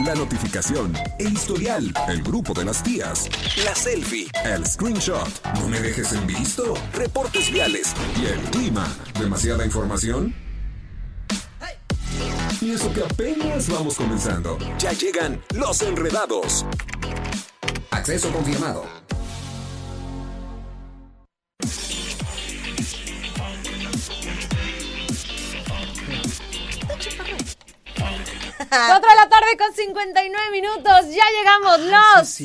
la notificación, el historial, el grupo de las tías, la selfie, el screenshot, no me dejes en visto, reportes viales y el clima. ¿Demasiada información? Y eso que apenas vamos comenzando. Ya llegan los enredados. Acceso confirmado. Cuatro de la tarde con 59 minutos. Ya llegamos los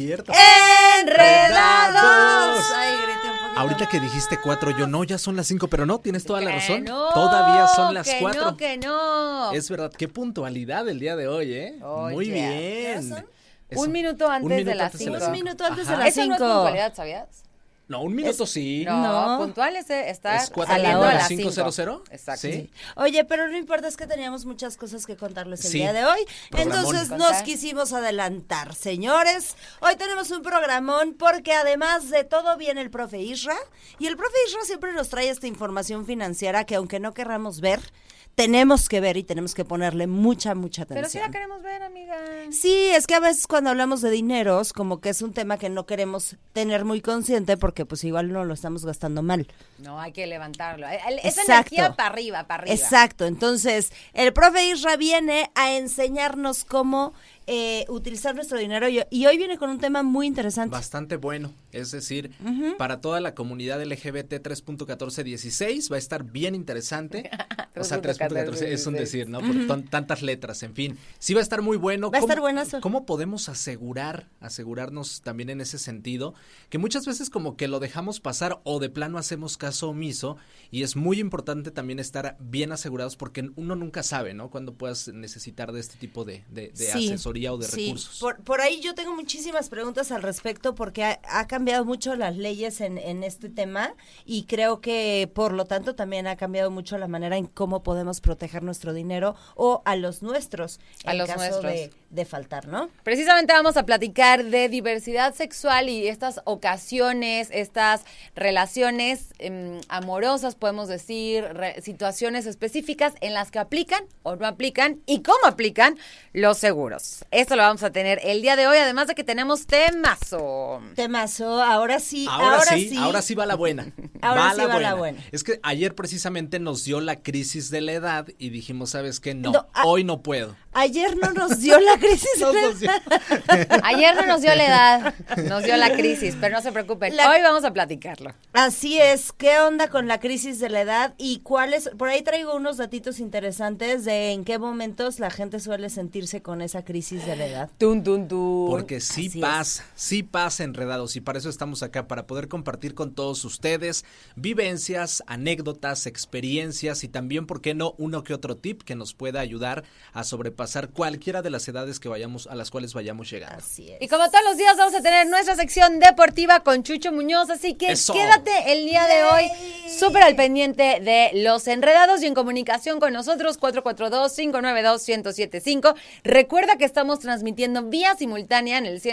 enredados. Ay, grité un poquito. Ahorita que dijiste 4, yo no, ya son las 5, pero no, tienes toda la razón. Todavía son las 4. Que no. Es verdad, qué puntualidad el día de hoy, ¿eh? Oye, muy ¿qué bien. son? Un minuto antes de las 5. Un minuto antes de Ajá. las Eso no es 5. puntualidad, ¿sabías? No, un minuto sí. No, puntual es estar ¿Es 4 a la hora, a las 5:00? Exacto. ¿Sí? Oye, pero no importa, es que teníamos muchas cosas que contarles el Sí. día de hoy. Programón. Entonces nos quisimos adelantar, señores. Hoy tenemos un programón porque además de todo viene el profe Isra. Y el profe Isra siempre nos trae esta información financiera que aunque no querramos ver, tenemos que ver y tenemos que ponerle mucha atención. Pero sí la queremos ver, amiga. Sí, es que a veces cuando hablamos de dineros, como que es un tema que no queremos tener muy consciente porque pues igual no lo estamos gastando mal. No, hay que levantarlo. Esa Exacto. energía para arriba, para arriba. Exacto, entonces el profe Isra viene a enseñarnos cómo utilizar nuestro dinero y hoy viene con un tema muy interesante. Bastante bueno, es decir, para toda la comunidad LGBT 3.1416 va a estar bien interesante. O sea, 3.14 es un decir, ¿no? Por tantas letras, en fin. Sí va a estar muy bueno. Va a estar buenazo. ¿Cómo podemos asegurarnos también en ese sentido? Que muchas veces como que lo dejamos pasar o de plano hacemos caso omiso y es muy importante también estar bien asegurados porque uno nunca sabe, ¿no? Cuándo puedas necesitar de este tipo de asesoría o de recursos. Por ahí yo tengo muchísimas preguntas al respecto porque ha cambiado mucho las leyes en este tema y creo que por lo tanto también ha cambiado mucho la manera en cómo podemos proteger nuestro dinero o a los nuestros en caso de faltar, ¿no? Precisamente vamos a platicar de diversidad sexual y estas ocasiones, estas relaciones amorosas, podemos decir, situaciones específicas en las que aplican o no aplican y cómo aplican los seguros. Esto lo vamos a tener el día de hoy, además de que tenemos temazo. Ahora sí va la buena. Ahora sí va la buena. Es que ayer precisamente nos dio la crisis de la edad y dijimos, ¿sabes qué? No, hoy no puedo. Ayer no nos dio la crisis de la edad. Ayer no nos dio la edad, nos dio la crisis, pero no se preocupen, hoy vamos a platicarlo. Así es, ¿qué onda con la crisis de la edad y cuáles? Por ahí traigo unos datitos interesantes de en qué momentos la gente suele sentirse con esa crisis de la edad. Porque sí pasa, enredados, y para eso estamos acá, para poder compartir con todos ustedes vivencias, anécdotas, experiencias y también, ¿por qué no?, uno que otro tip que nos pueda ayudar a sobrepasar cualquiera de las edades a las cuales vayamos llegando. Así es. Y como todos los días vamos a tener nuestra sección deportiva con Chucho Muñoz, así que quédate el día de hoy súper al pendiente de los enredados y en comunicación con nosotros 442-592-1075. Recuerda que estamos transmitiendo vía simultánea en el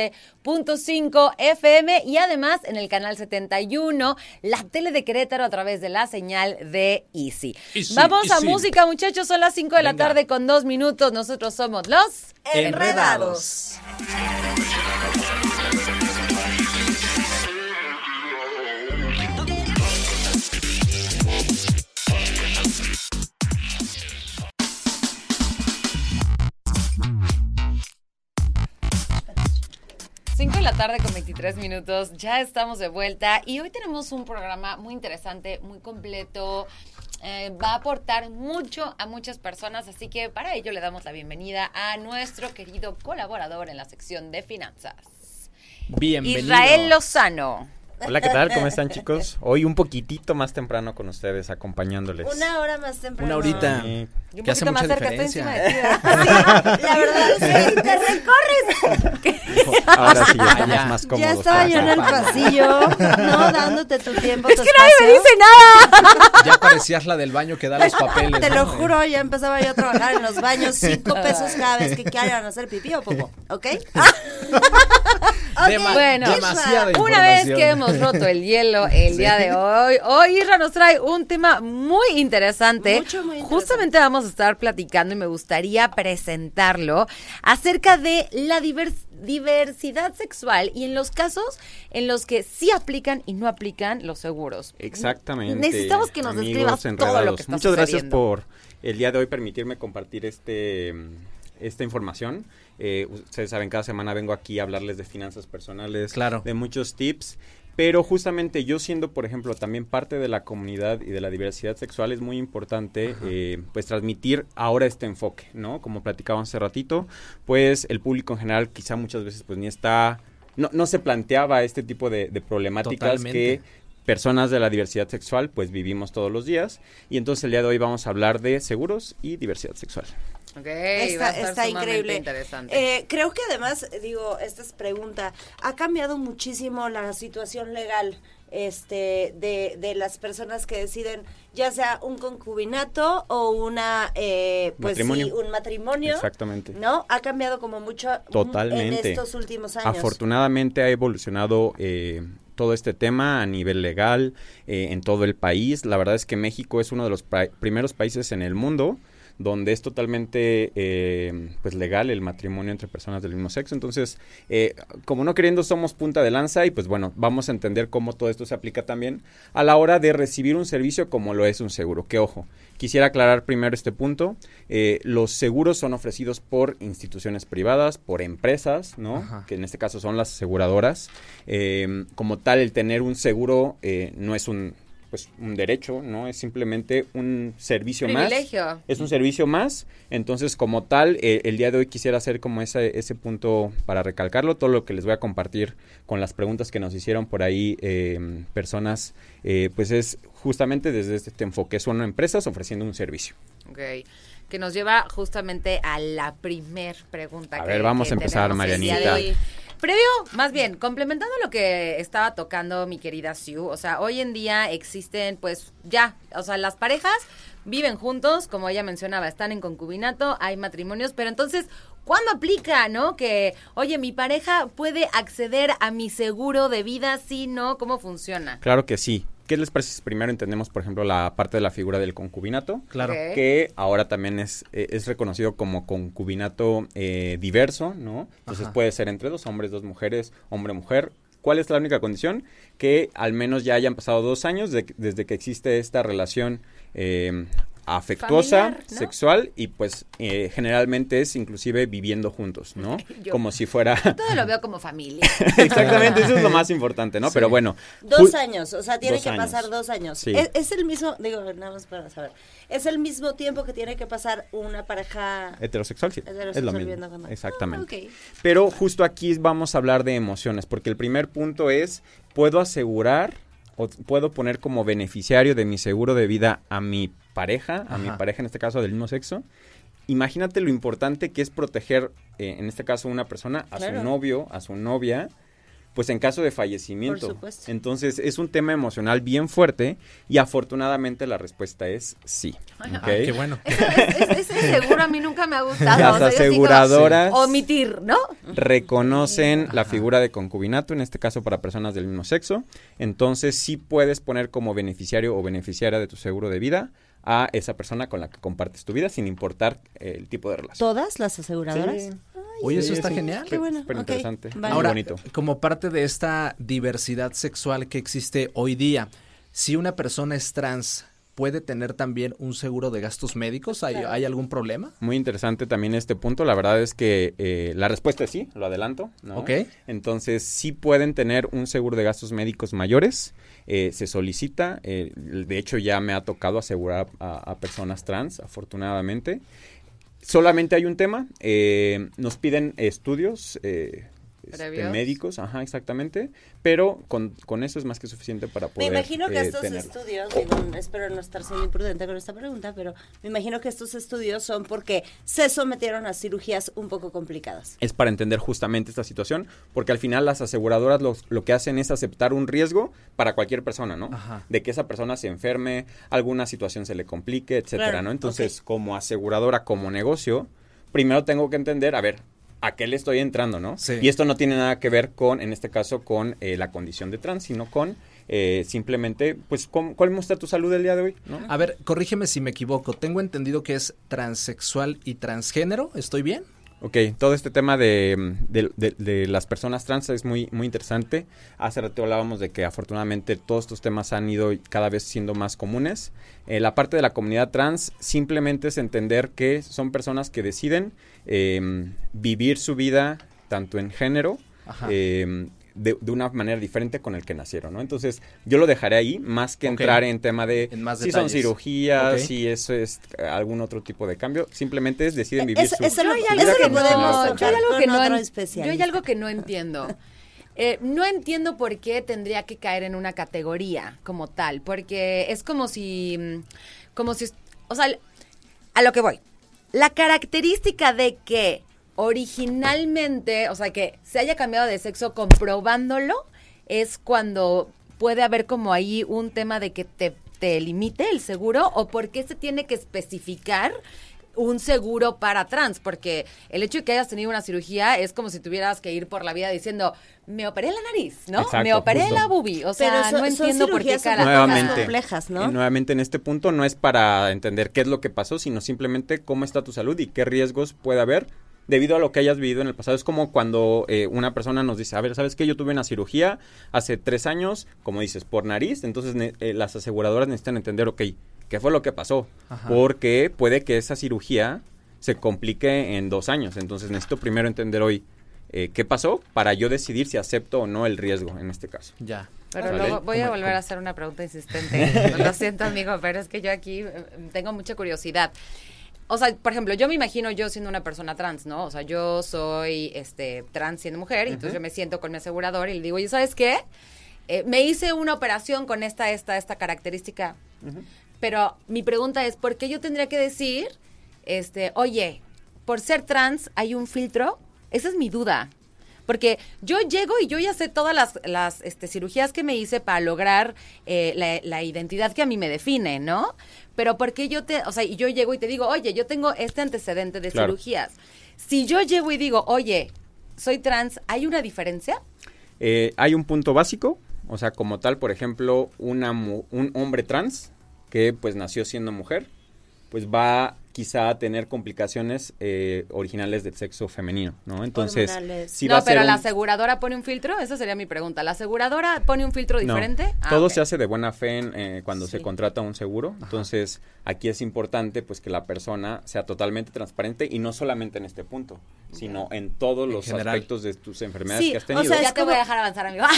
107.5 FM y además en el canal 71, la tele de Querétaro a través de la señal de Easy. Vamos a música, muchachos, son las 5 de la tarde con 2 minutos. Nosotros somos los Enredados. De la tarde con 23 minutos, ya estamos de vuelta y hoy tenemos un programa muy interesante, muy completo, va a aportar mucho a muchas personas, así que para ello le damos la bienvenida a nuestro querido colaborador en la sección de finanzas, Bienvenido. Israel Lozano. Hola, ¿qué tal? ¿Cómo están, chicos? Hoy un poquitito más temprano con ustedes, acompañándoles. Una hora más temprano. Una horita. Y un Que hace poquito más mucha cerca, estoy diferencia. encima de ti. Sí, la verdad es que te recorres. Ahora sí, ya estamos más cómodos. Ya estaba yo en el pasillo, no dándote tu tiempo. Es que nadie me dice nada. Ya parecías la del baño que da los papeles. Te ¿no? lo juro, ya empezaba yo a trabajar en los baños, 5 pesos cada vez que quieran hacer pipí o popo, ¿ok? Bueno, demasiada una vez información. que hemos roto el hielo el día de hoy Isra nos trae un tema muy interesante. Mucho, muy interesante. Justamente vamos a estar platicando y me gustaría presentarlo acerca de la diversidad sexual y en los casos en los que sí aplican y no aplican los seguros. Exactamente. Necesitamos que nos describas Amigos todo lo enredados. que está Muchas gracias sucediendo. por el día de hoy permitirme compartir esta información. Ustedes saben, cada semana vengo aquí a hablarles de finanzas personales, Claro. de muchos tips, pero justamente yo siendo, por ejemplo, también parte de la comunidad y de la diversidad sexual, es muy importante pues transmitir ahora este enfoque, ¿no? Como platicábamos hace ratito, pues el público en general quizá muchas veces pues ni está, no se planteaba este tipo de problemáticas Totalmente. que personas de la diversidad sexual pues vivimos todos los días, y entonces el día de hoy vamos a hablar de seguros y diversidad sexual. Ok, va a estar Está sumamente increíble. interesante. Creo que además, esta es pregunta, ha cambiado muchísimo la situación legal de las personas que deciden, ya sea un concubinato o una, pues Matrimonio. sí, un matrimonio. Exactamente. ¿No? Ha cambiado como mucho Totalmente. en estos últimos años. Afortunadamente ha evolucionado todo este tema a nivel legal en todo el país. La verdad es que México es uno de los primeros países en el mundo donde es totalmente pues legal el matrimonio entre personas del mismo sexo. Entonces, como no queriendo, somos punta de lanza, y pues bueno, vamos a entender cómo todo esto se aplica también a la hora de recibir un servicio como lo es un seguro. Que ojo, quisiera aclarar primero este punto. Los seguros son ofrecidos por instituciones privadas, por empresas, ¿no? Ajá. Que en este caso son las aseguradoras. Como tal, el tener un seguro no es un derecho, ¿no? Es simplemente un servicio Privilegio. más. Es un servicio más. Entonces, como tal, el día de hoy quisiera hacer como ese punto para recalcarlo. Todo lo que les voy a compartir con las preguntas que nos hicieron por ahí personas, pues es justamente desde este enfoque. Son empresas ofreciendo un servicio. Ok, que nos lleva justamente a la primer pregunta. A ver, vamos a empezar, tenemos el día de Marianita. hoy. Previo, más bien, complementando lo que estaba tocando mi querida Sue, o sea, hoy en día existen, pues, ya, o sea, las parejas viven juntos, como ella mencionaba, están en concubinato, hay matrimonios, pero entonces, ¿cuándo aplica, no? Que, oye, mi pareja puede acceder a mi seguro de vida, sí, no, ¿cómo funciona? Claro que sí. ¿Qué les parece si primero entendemos, por ejemplo, la parte de la figura del concubinato? Claro. Ok. Que ahora también es reconocido como concubinato diverso, ¿no? Entonces Ajá. puede ser entre dos hombres, dos mujeres, hombre-mujer. ¿Cuál es la única condición? Que al menos ya hayan pasado 2 años desde que existe esta relación afectuosa, Familiar, ¿no? sexual, y pues generalmente es inclusive viviendo juntos, ¿no? Yo- Como si fuera... Todo lo veo como familia. Exactamente, eso es lo más importante, ¿no? Sí. Pero bueno. 2 años, o sea, tiene 2 que años. pasar 2 años. Sí. Es el mismo, digo, nada más para saber, es el mismo tiempo que tiene que pasar una pareja Heterosexual, sí. Heterosexual es lo viviendo mismo. con- Exactamente. ok. Pero justo aquí vamos a hablar de emociones, porque el primer punto es, ¿puedo asegurar o puedo poner como beneficiario de mi seguro de vida a mi pareja, en este caso del mismo sexo? Imagínate lo importante que es proteger, en este caso, una persona, a Claro. su novio, a su novia, pues en caso de fallecimiento. Por supuesto. Entonces, es un tema emocional bien fuerte, y afortunadamente la respuesta es sí. Ay, ¿ok? Qué bueno. Ese seguro a mí nunca me ha gustado. Las o sea, yo sí como aseguradoras omitir, ¿no? reconocen la figura de concubinato, en este caso para personas del mismo sexo. Entonces sí puedes poner como beneficiario o beneficiaria de tu seguro de vida a esa persona con la que compartes tu vida, sin importar el tipo de relación. ¿Todas las aseguradoras? Sí. Oye, eso Sí, está sí, genial. Qué bueno, Súper ok, interesante. vale. Muy Ahora, bonito. como parte de esta diversidad sexual que existe hoy día, si una persona es trans, ¿puede tener también un seguro de gastos médicos? ¿Hay algún problema? Muy interesante también este punto. La verdad es que la respuesta es sí, lo adelanto, ¿no? Ok. Entonces, sí pueden tener un seguro de gastos médicos mayores. Se solicita. De hecho, ya me ha tocado asegurar a personas trans, afortunadamente. Solamente hay un tema. Nos piden estudios ¿Previos? médicos, ajá, exactamente. Pero con eso es más que suficiente para Me poder imagino que estos tenerlo. estudios, digo, espero no estar siendo imprudente con esta pregunta, pero me imagino que estos estudios son porque se sometieron a cirugías un poco complicadas. Es para entender justamente esta situación, porque al final las aseguradoras lo que hacen es aceptar un riesgo para cualquier persona, ¿no? Ajá. De que esa persona se enferme, alguna situación se le complique, etcétera, Claro, ¿no? Entonces, ok. como aseguradora, como negocio, primero tengo que entender, a ver, ¿a qué le estoy entrando, no? Sí. Y esto no tiene nada que ver con, en este caso, con la condición de trans, sino con simplemente, pues, ¿cuál muestra tu salud el día de hoy, ¿no? A ver, corrígeme si me equivoco. Tengo entendido que es transexual y transgénero. ¿Estoy bien? Ok, todo este tema de las personas trans es muy, muy interesante. Hace rato hablábamos de que afortunadamente todos estos temas han ido cada vez siendo más comunes. La parte de la comunidad trans simplemente es entender que son personas que deciden vivir su vida tanto en género, de una manera diferente con el que nacieron, ¿no? Entonces, yo lo dejaré ahí, más que entrar en tema de si son cirugías, si eso es algún otro tipo de cambio. Simplemente es deciden vivir su vida. Yo hay algo que no entiendo. No entiendo por qué tendría que caer en una categoría como tal, porque es como si, o sea, a lo que voy. La característica de que originalmente, o sea, que se haya cambiado de sexo comprobándolo, es cuando puede haber como ahí un tema de que te limite el seguro, o por qué se tiene que especificar un seguro para trans, porque el hecho de que hayas tenido una cirugía es como si tuvieras que ir por la vida diciendo, me operé la nariz, ¿no? Exacto, me operé justo. la boobie, o sea, no entiendo por qué Nuevamente, complejas, ¿no? Nuevamente en este punto no es para entender qué es lo que pasó, sino simplemente cómo está tu salud y qué riesgos puede haber debido a lo que hayas vivido en el pasado. Es como cuando una persona nos dice, a ver, ¿sabes qué? Yo tuve una cirugía hace 3 años, como dices, por nariz, entonces las aseguradoras necesitan entender, ok, ¿qué fue lo que pasó? Ajá. Porque puede que esa cirugía se complique en 2 años, entonces necesito primero entender hoy qué pasó para yo decidir si acepto o no el riesgo en este caso. Ya. Pero luego voy a volver a hacer una pregunta insistente. Lo siento, amigo, pero es que yo aquí tengo mucha curiosidad. O sea, por ejemplo, yo me imagino yo siendo una persona trans, ¿no? O sea, yo soy trans siendo mujer, y entonces yo me siento con mi asegurador y le digo, oye, ¿sabes qué? Me hice una operación con esta característica. Pero mi pregunta es, ¿por qué yo tendría que decir, oye, por ser trans hay un filtro? Esa es mi duda. Porque yo llego y yo ya sé todas las cirugías que me hice para lograr la identidad que a mí me define, ¿no? Pero porque y yo llego y te digo, oye, yo tengo este antecedente de cirugías. Si yo llego y digo, oye, soy trans, ¿hay una diferencia? Hay un punto básico, o sea, como tal, por ejemplo, un hombre trans que pues nació siendo mujer, pues va quizá a tener complicaciones originales del sexo femenino, ¿no? Entonces, hormonales. si no, va a ser pero ¿la aseguradora pone un filtro? Esa sería mi pregunta. ¿La aseguradora pone un filtro diferente? No, todo se hace de buena fe cuando se contrata un seguro. Ajá. Entonces, aquí es importante pues que la persona sea totalmente transparente y no solamente en este punto, sino en todos los aspectos de tus enfermedades que has tenido. O sea, ya te voy a dejar avanzar, amigo.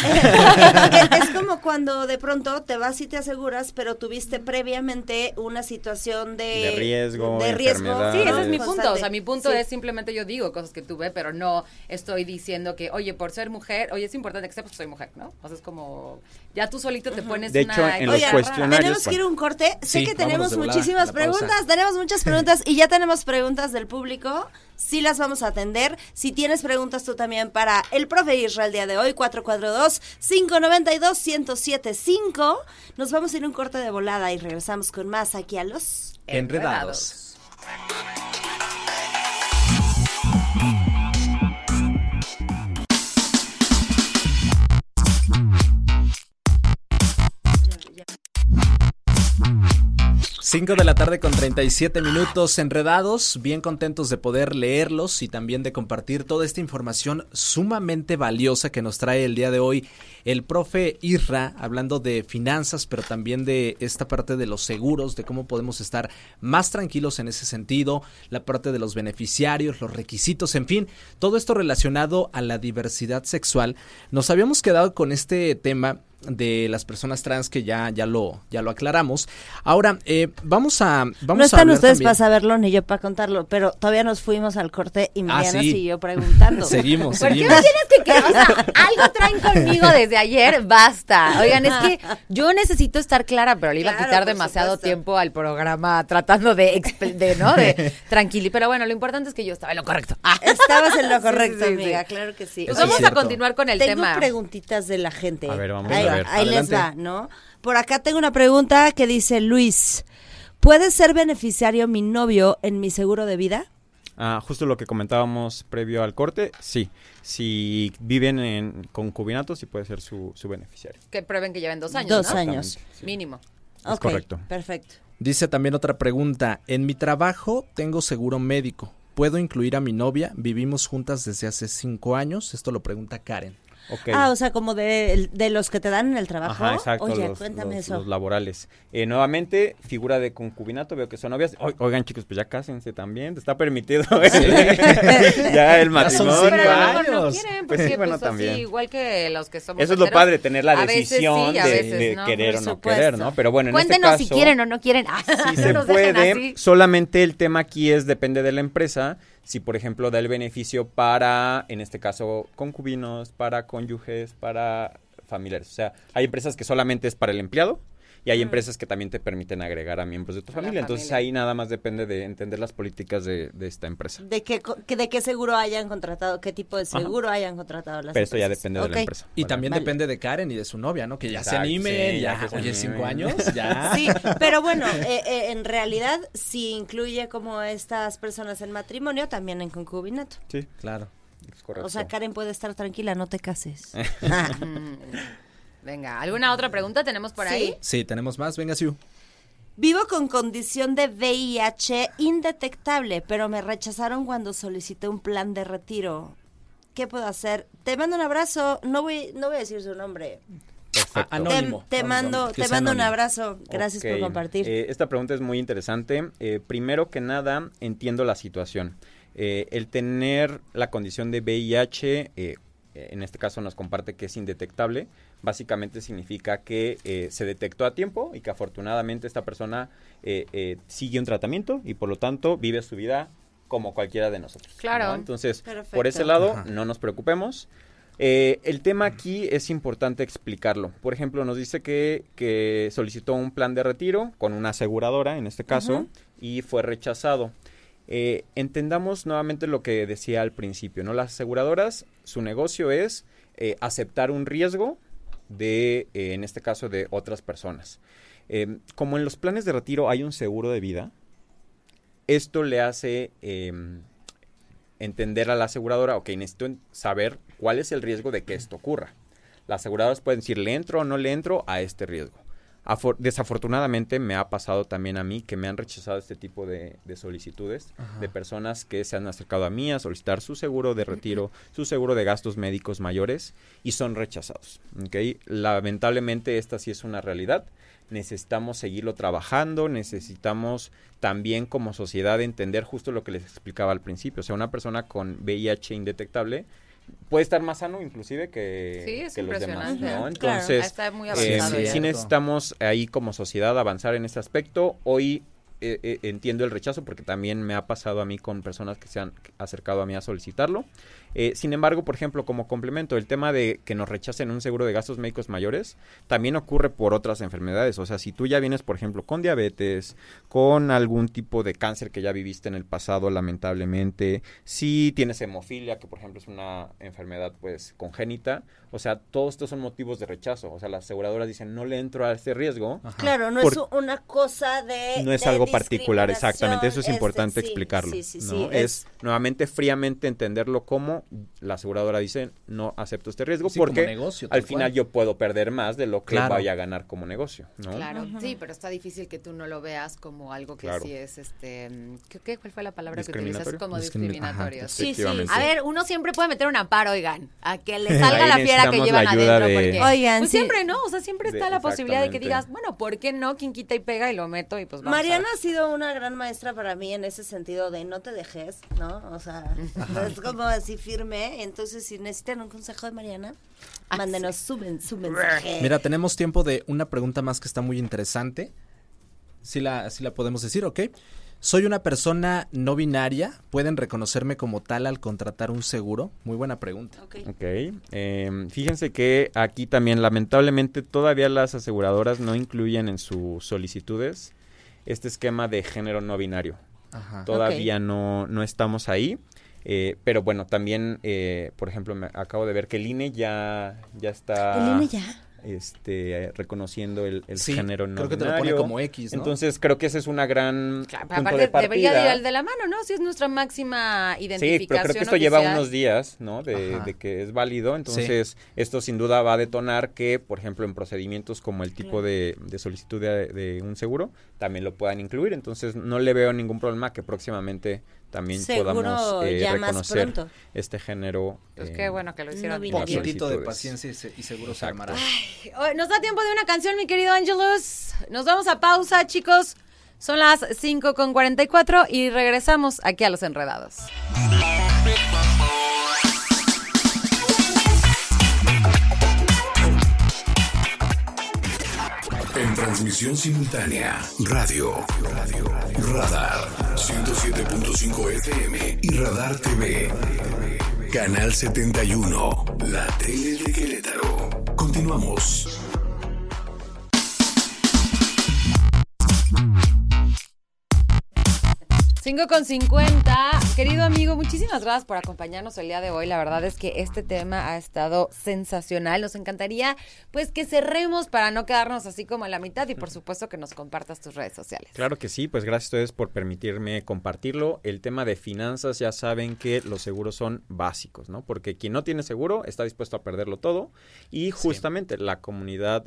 Es como cuando de pronto te vas y te aseguras, pero tuviste previamente una situación de riesgo, Sí, ese es mi punto. O sea, mi punto es simplemente yo digo cosas que tuve, pero no estoy diciendo que, oye, por ser mujer, oye, es importante que sepas que soy mujer, ¿no? O sea, es como, ya tú solito te pones de hecho, en los cuestionarios. Tenemos que ir a un corte. Sé que tenemos muchísimas preguntas, tenemos muchas preguntas y ya tenemos preguntas del público. Sí las vamos a atender. Si tienes preguntas tú también para el profe Isra el día de hoy, 442-592-1075. Nos vamos a ir a un corte de volada y regresamos con más aquí a los Enredados. 5 de la tarde con 37 minutos, Enredados, bien contentos de poder leerlos y también de compartir toda esta información sumamente valiosa que nos trae el día de hoy el profe Isra, hablando de finanzas, pero también de esta parte de los seguros, de cómo podemos estar más tranquilos en ese sentido, la parte de los beneficiarios, los requisitos, en fin, todo esto relacionado a la diversidad sexual. Nos habíamos quedado con este tema de las personas trans que ya lo aclaramos. Ahora, vamos a no están ustedes también para saberlo ni yo para contarlo, pero todavía nos fuimos al corte y Mariana siguió preguntando. Seguimos. ¿Por qué me tienes que o sea, algo traen conmigo desde ayer? Basta. Oigan, es que yo necesito estar clara, pero le iba a quitar demasiado tiempo al programa tratando de tranquilizar. Pero bueno, lo importante es que yo estaba en lo correcto. Estabas en lo correcto, amiga, claro que sí. Pues vamos a continuar con el tema. Tengo preguntitas de la gente. A ver, vamos a ver. Ahí adelante. les va, ¿no? Por acá tengo una pregunta que dice Luis, ¿puede ser beneficiario mi novio en mi seguro de vida? Justo lo que comentábamos previo al corte, sí. Si viven en concubinato, sí puede ser su beneficiario. Que prueben que lleven 2 años, 2 ¿no? años. Sí. Mínimo. Es correcto. Perfecto. Dice también otra pregunta. En mi trabajo tengo seguro médico. ¿Puedo incluir a mi novia? Vivimos juntas desde hace 5 años. Esto lo pregunta Karen. Okay. O sea, como de los que te dan en el trabajo. Ajá, exacto, Oye, cuéntame eso. los laborales. Nuevamente, figura de concubinato, veo que son novias. Oigan, chicos, pues ya cásense también, está permitido. Ya el matrimonio. son Pero a lo mejor 5 no años. quieren, Pues porque sí, bueno, pues, así, también. igual que los que somos Eso es lo solteros, padre, tener la a veces decisión sí, a veces de no, querer por o no supuesto. querer, ¿no? Pero bueno, en Cuéntenos este caso, si quieren o no quieren. sí No se nos dejen puede, así. solamente el tema aquí depende de la empresa, si por ejemplo da el beneficio para, en este caso, concubinos, para cónyuges, para familiares. O sea, hay empresas que solamente es para el empleado y hay empresas que también te permiten agregar a miembros de tu familia. Entonces ahí nada más depende de entender las políticas de esta empresa. De qué seguro hayan contratado, qué tipo de seguro hayan contratado las Pero eso ya empresas. depende de la empresa. Y Vale. también Vale. depende de Karen y de su novia, ¿no? Que ya se Exacto, animen, sí, ya, ya que se oye, 5 animen. años, ya. Sí, pero bueno, en realidad sí incluye como estas personas en matrimonio, también en concubinato. Sí, Claro. es correcto. O sea, Karen puede estar tranquila, no te cases. Venga, ¿alguna otra pregunta tenemos por Sí. ahí? Sí, tenemos más. Venga, Siu. Vivo con condición de VIH indetectable, pero me rechazaron cuando solicité un plan de retiro. ¿Qué puedo hacer? Te mando un abrazo. No voy a decir su nombre. Perfecto. Anónimo. Te mando Que sea un anónimo. abrazo. Gracias por Ok, compartir. Esta pregunta es muy interesante. Primero que nada, entiendo la situación. El tener la condición de VIH, en este caso nos comparte que es indetectable, básicamente significa que se detectó a tiempo y que afortunadamente esta persona sigue un tratamiento y por lo tanto vive su vida como cualquiera de nosotros. Claro. ¿no? Entonces, Perfecto. por ese lado, Ajá. no nos preocupemos. El tema aquí es importante explicarlo. Por ejemplo, nos dice que solicitó un plan de retiro con una aseguradora, en este caso, y fue rechazado. Entendamos nuevamente lo que decía al principio, ¿no? Las aseguradoras, su negocio es aceptar un riesgo de, en este caso, de otras personas. Como en los planes de retiro hay un seguro de vida, esto le hace entender a la aseguradora, ok, necesito saber cuál es el riesgo de que esto ocurra. Las aseguradoras pueden decir, ¿le entro o no le entro a este riesgo? Desafortunadamente me ha pasado también a mí que me han rechazado este tipo de solicitudes de personas que se han acercado a mí a solicitar su seguro de retiro, su seguro de gastos médicos mayores y son rechazados. ¿Okay? Lamentablemente esta sí es una realidad. Necesitamos seguirlo trabajando, necesitamos también como sociedad entender justo lo que les explicaba al principio. O sea, una persona con VIH indetectable puede estar más sano inclusive que los demás, ¿no? Entonces, está muy avanzado ya. sí necesitamos ahí como sociedad avanzar en este aspecto. Hoy entiendo el rechazo porque también me ha pasado a mí con personas que se han acercado a mí a solicitarlo. Sin embargo, por ejemplo, como complemento, el tema de que nos rechacen un seguro de gastos médicos mayores también ocurre por otras enfermedades. O sea, si tú ya vienes, por ejemplo, con diabetes, con algún tipo de cáncer que ya viviste en el pasado, lamentablemente, si tienes hemofilia, que por ejemplo es una enfermedad pues congénita, o sea, todos estos son motivos de rechazo. O sea, las aseguradoras dicen, no le entro a este riesgo. Ajá. Claro, no es una cosa de No es de algo particular, discriminación, exactamente. Eso es importante sí, explicarlo. Sí, sí, ¿no? sí, Es nuevamente fríamente entenderlo como la aseguradora dice, no acepto este riesgo Sí, como porque negocio, al tal final cual. yo puedo perder más de lo que Claro. vaya a ganar como negocio, ¿no? Claro, sí, pero está difícil que tú no lo veas como algo que Claro. sí es, ¿cuál fue la palabra que utilizas? Discriminatorio. Como discriminatorio. Sí, sí. Efectivamente. A ver, uno siempre puede meter un amparo, oigan, a que le salga Ahí la fiera que necesitamos llevan la ayuda adentro, de- porque Oigan, pues sí. siempre, ¿no? O sea, siempre está la posibilidad de que digas, Exactamente. bueno, ¿por qué no? Quien quita y pega y lo meto y pues vamos Mariana a ha sido una gran maestra para mí en ese sentido de no te dejes, ¿no? O sea, es como así firme. Entonces, si necesitan un consejo de Mariana, mándenos su mensaje. Mira, tenemos tiempo de una pregunta más que está muy interesante. Sí la podemos decir, ¿ok? Soy una persona no binaria. ¿Pueden reconocerme como tal al contratar un seguro? Muy buena pregunta. Ok. Ok. Fíjense que aquí también lamentablemente todavía las aseguradoras no incluyen en sus solicitudes este esquema de género no binario. Ajá. Todavía no estamos ahí. Pero bueno, también, por ejemplo, me acabo de ver que el INE ya está... ¿El INE ya? reconociendo el sí, género no creo que binario. Te lo pone como X, ¿no? Entonces creo que ese es una gran punto aparte de partida. debería ir de la mano, ¿no? Si es nuestra máxima identificación. Sí, pero creo que esto oficial. lleva unos días, ¿no? De que es válido, entonces esto sin duda va a detonar que, por ejemplo, en procedimientos como el tipo de solicitud de un seguro, también lo puedan incluir, entonces no le veo ningún problema que próximamente también podamos reconocer este género. Pues qué bueno que lo hicieron. Un poquitito de paciencia y seguro se armará. Nos da tiempo de una canción, mi querido Angelus. Nos vamos a pausa, chicos. Son las 5:44 y regresamos aquí a Los Enredados. En transmisión simultánea, radio, Radar 107.5 FM y Radar TV. Canal 71, la tele de Querétaro. Continuamos. 5:50. Querido amigo, muchísimas gracias por acompañarnos el día de hoy. La verdad es que este tema ha estado sensacional. Nos encantaría pues que cerremos para no quedarnos así como a la mitad y por supuesto que nos compartas tus redes sociales. Claro que sí, pues gracias a ustedes por permitirme compartirlo. El tema de finanzas, ya saben que los seguros son básicos, ¿no? Porque quien no tiene seguro está dispuesto a perderlo todo y justamente la comunidad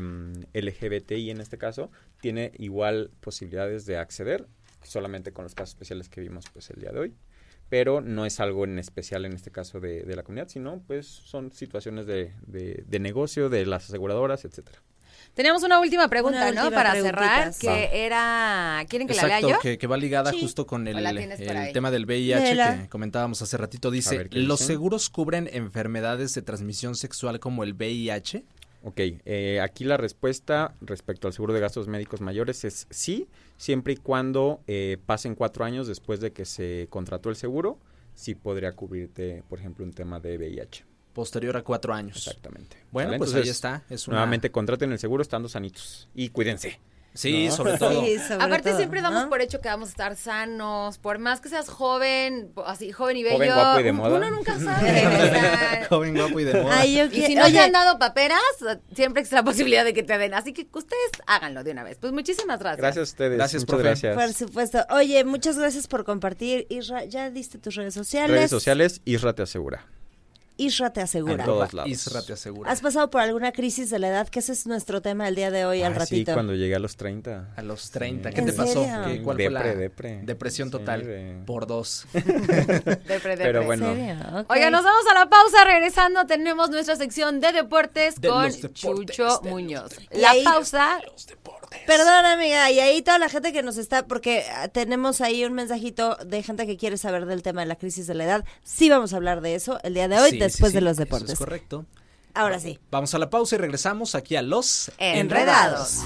LGBTI en este caso tiene igual posibilidades de acceder, solamente con los casos especiales que vimos pues el día de hoy, pero no es algo en especial en este caso de la comunidad, sino pues son situaciones de negocio, de las aseguradoras, etcétera. Tenemos una última pregunta, ¿no? Para cerrar, Sí. que era... ¿Quieren que la lea yo? Que va ligada justo con el tema del VIH que comentábamos hace ratito. Dice, ¿los seguros cubren enfermedades de transmisión sexual como el VIH? Ok, aquí la respuesta respecto al seguro de gastos médicos mayores es sí, siempre y cuando pasen 4 años después de que se contrató el seguro, sí podría cubrirte, por ejemplo, un tema de VIH. Posterior a 4 años. Exactamente. Bueno, pues ahí está. Nuevamente contraten el seguro estando sanitos y cuídense. Sí, ¿no? sobre todo. Sí, sobre Aparte todo, siempre damos ¿no? por hecho que vamos a estar sanos, por más que seas joven, así joven y bello. Joven, guapo y de moda. Uno nunca sabe. O sea, Joven, guapo y de moda. Ay, y si no te han dado paperas, siempre existe la posibilidad de que te den. Así que ustedes háganlo de una vez. Pues muchísimas gracias. Gracias a ustedes. Gracias, muchas profe. gracias. Por supuesto. Oye, muchas gracias por compartir. Isra, ¿ya diste tus redes sociales? Redes sociales, Isra te asegura. Isra te asegura. En todos lados. Isra te asegura. ¿Has pasado por alguna crisis de la edad? Que ese es nuestro tema el día de hoy, al ratito. Sí, cuando llegué a los 30. A los 30. Sí. ¿Qué te ¿En pasó? serio? ¿Cuál fue la depresión Sí, total? Por 2. Pero bueno. ¿En serio? Ok. Oiga, nos vamos a la pausa. Regresando, tenemos nuestra sección de deportes De con los deportes, Chucho de Muñoz. Y La ahí- pausa. Perdón, amiga, y ahí toda la gente que nos está, porque tenemos ahí un mensajito de gente que quiere saber del tema de la crisis de la edad. Sí vamos a hablar de eso el día de hoy, después de los deportes. Eso es correcto. Ahora sí. Vamos a la pausa y regresamos aquí a Los Enredados.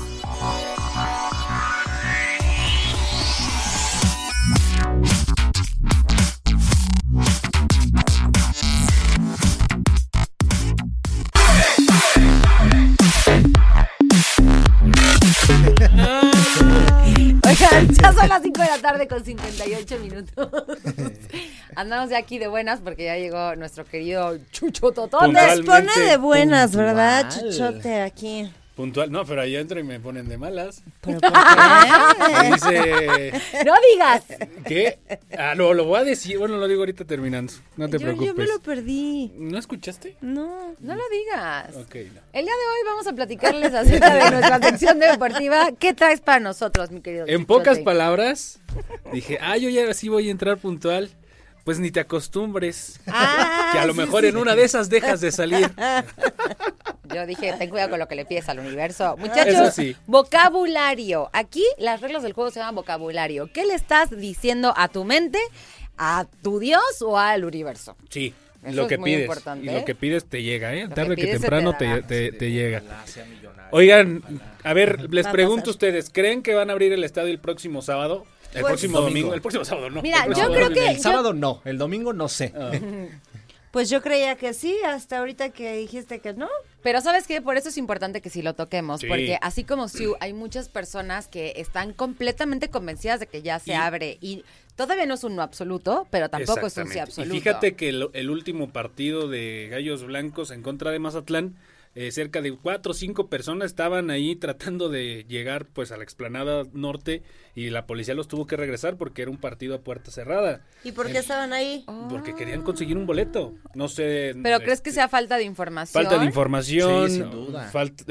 Oigan, ya son las 5 de la tarde con 58 minutos. Andamos ya aquí de buenas porque ya llegó nuestro querido Chucho Totón. Nos pone Puntualmente de buenas, ¿verdad, puntual. Chuchote, aquí? Puntual, no, pero allá entro y me ponen de malas. ¿Pero por qué? Me dice, No digas. ¿qué? Ah, no, lo voy a decir, bueno, lo digo ahorita terminando, no te Yo me preocupes. lo perdí. ¿No escuchaste? No. No lo digas. Ok, no. El día de hoy vamos a platicarles acerca de nuestra sección deportiva. ¿Qué traes para nosotros, mi querido En Chuchote? pocas palabras, dije, yo ya sí voy a entrar puntual. Pues ni te acostumbres, que a lo mejor en una de esas dejas de salir. Yo dije, ten cuidado con lo que le pides al universo. Muchachos, Eso sí. vocabulario. Aquí las reglas del juego se llaman vocabulario. ¿Qué le estás diciendo a tu mente, a tu Dios o al universo? Sí, Eso lo es que muy pides. importante, Y ¿eh? lo que pides te llega, ¿eh? Lo Tarde que que pides se temprano te dará. te llega. Oigan, a ver, les Va a pregunto a pasar. ustedes, ¿creen que van a abrir el estadio el próximo sábado? El Pues- próximo domingo. El próximo sábado, no. Mira, El próximo yo creo domingo. que- El sábado no, el domingo no sé. Pues yo creía que sí, hasta ahorita que dijiste que no. Pero ¿sabes qué? Por eso es importante que sí lo toquemos, Sí. porque así como Siu, hay muchas personas que están completamente convencidas de que ya se abre y todavía no es un no absoluto, pero tampoco es un sí Exactamente. absoluto. Y fíjate que el último partido de Gallos Blancos en contra de Mazatlán cerca de 4 o 5 personas estaban ahí tratando de llegar pues a la explanada norte y la policía los tuvo que regresar porque era un partido a puerta cerrada. ¿Y por qué estaban ahí? Porque querían conseguir un boleto. No sé. ¿Pero crees que sea falta de información? Falta de información. Sí, sin duda.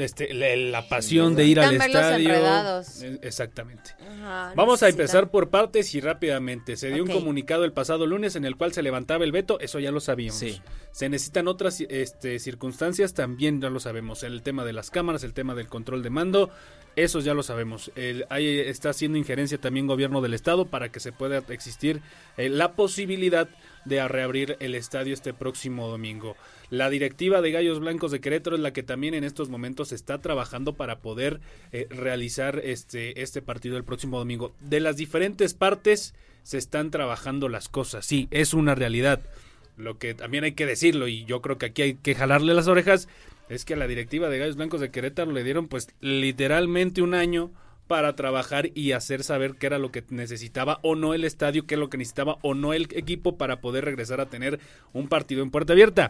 La pasión de ir al estadio. Enredados. Exactamente. Ajá, Vamos a empezar por partes y rápidamente. Se dio Ok. un comunicado el pasado lunes en el cual se levantaba el veto, eso ya lo sabíamos. Sí. Se necesitan otras circunstancias, también ya lo sabemos. El tema de las cámaras, el tema del control de mando, eso ya lo sabemos. Ahí está haciendo injerencia también gobierno del estado para que se pueda existir la posibilidad de reabrir el estadio este próximo domingo. La directiva de Gallos Blancos de Querétaro es la que también en estos momentos está trabajando para poder realizar este partido el próximo domingo. De las diferentes partes se están trabajando las cosas, sí, es una realidad. Lo que también hay que decirlo, y yo creo que aquí hay que jalarle las orejas, es que a la directiva de Gallos Blancos de Querétaro le dieron pues literalmente un año para trabajar y hacer saber qué era lo que necesitaba o no el estadio, qué es lo que necesitaba o no el equipo para poder regresar a tener un partido en puerta abierta.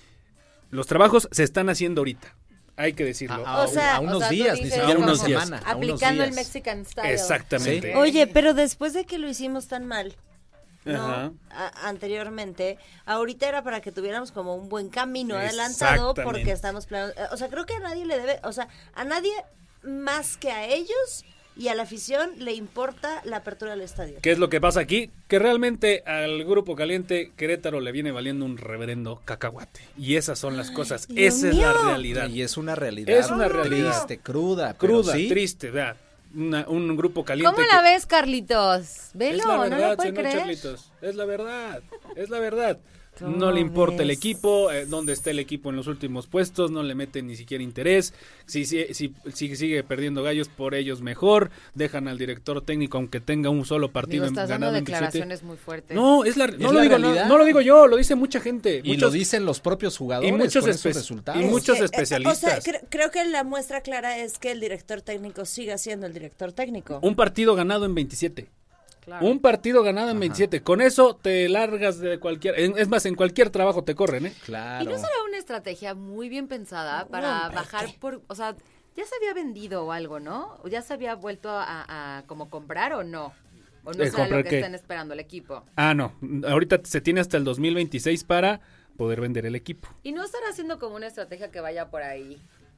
Los trabajos se están haciendo ahorita, hay que decirlo. A unos días, ni siquiera una semana. Aplicando el Mexican Style. Exactamente. Sí. Oye, pero después de que lo hicimos tan mal, ¿no? Ajá. Anteriormente, ahorita era para que tuviéramos como un buen camino adelantado Exactamente. porque estamos planeando, o sea, creo que a nadie le debe, o sea, a nadie más que a ellos y a la afición le importa la apertura del estadio. ¿Qué es lo que pasa aquí? Que realmente al Grupo Caliente Querétaro le viene valiendo un reverendo cacahuate. Y esas son las cosas. Dios Esa es la mío. realidad. Y es una realidad. Es una realidad. Triste, cruda. pero Cruda, sí. triste, ¿verdad? Un Grupo Caliente. ¿Cómo la ves, Carlitos? Velo, Es la verdad, no lo puede señor creer. Charlitos. Es la verdad. Es la verdad. ¿Cómo No le importa el ves? equipo, dónde está el equipo en los últimos puestos, no le meten ni siquiera interés. Si sigue perdiendo Gallos, por ellos mejor. Dejan al director técnico, aunque tenga un solo partido Digo, estás dando ganado en 17. declaraciones muy fuertes. No, la lo digo, realidad. no lo digo yo, lo dice mucha gente. Y lo dicen los propios jugadores y muchos con esos resultados. y muchos Que, especialistas. o sea, creo que la muestra clara es que el director técnico siga siendo el director técnico. Un partido ganado en 27. Claro. Un partido ganado en 27. Con eso te largas de cualquier... Es más, en cualquier trabajo te corren, ¿eh? Claro. ¿Y no será una estrategia muy bien pensada para bajar por... O sea, ya se había vendido o algo, ¿no? ¿O ya se había vuelto a como comprar o no? ¿O no será lo ¿comprar que qué? están esperando el equipo? Ah, no. Ahorita se tiene hasta el 2026 para poder vender el equipo. ¿Y no estará haciendo como una estrategia que vaya por ahí?